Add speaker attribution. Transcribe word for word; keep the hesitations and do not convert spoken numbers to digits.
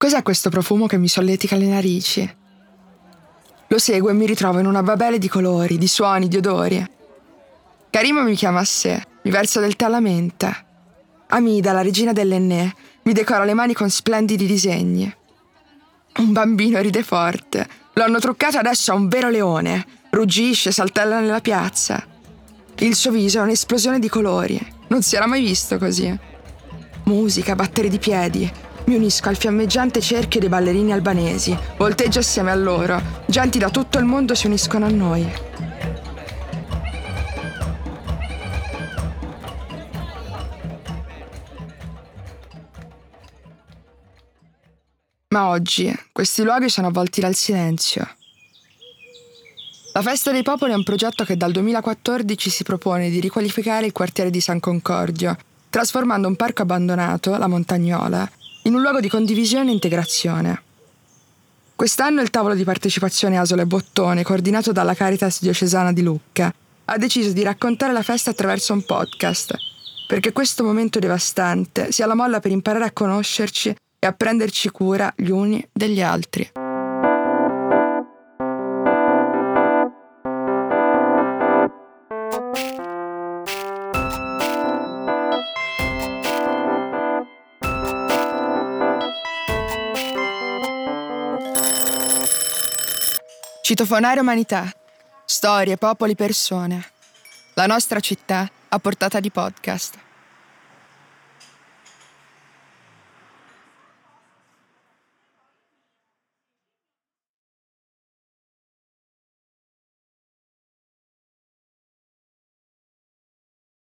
Speaker 1: Cos'è questo profumo che mi solletica le narici? Lo seguo e mi ritrovo in una babele di colori, di suoni, di odori. Karima mi chiama a sé, mi versa del tè alla menta. Amida, la regina dell'Ennè, mi decora le mani con splendidi disegni. Un bambino ride forte. Lo hanno truccato adesso a un vero leone. Ruggisce, saltella nella piazza. Il suo viso è un'esplosione di colori. Non si era mai visto così. Musica, battere di piedi. Mi unisco al fiammeggiante cerchio dei ballerini albanesi. Volteggio assieme a loro. Genti da tutto il mondo si uniscono a noi. Ma oggi questi luoghi sono avvolti dal silenzio. La Festa dei Popoli è un progetto che dal duemilaquattordici si propone di riqualificare il quartiere di San Concordio, trasformando un parco abbandonato, la Montagnola, in un luogo di condivisione e integrazione. Quest'anno il tavolo di partecipazione Asola e Bottone, coordinato dalla Caritas diocesana di Lucca, ha deciso di raccontare la festa attraverso un podcast, perché questo momento devastante sia la molla per imparare a conoscerci e a prenderci cura gli uni degli altri. Citofonare umanità. Storie, popoli, persone. La nostra città a portata di podcast.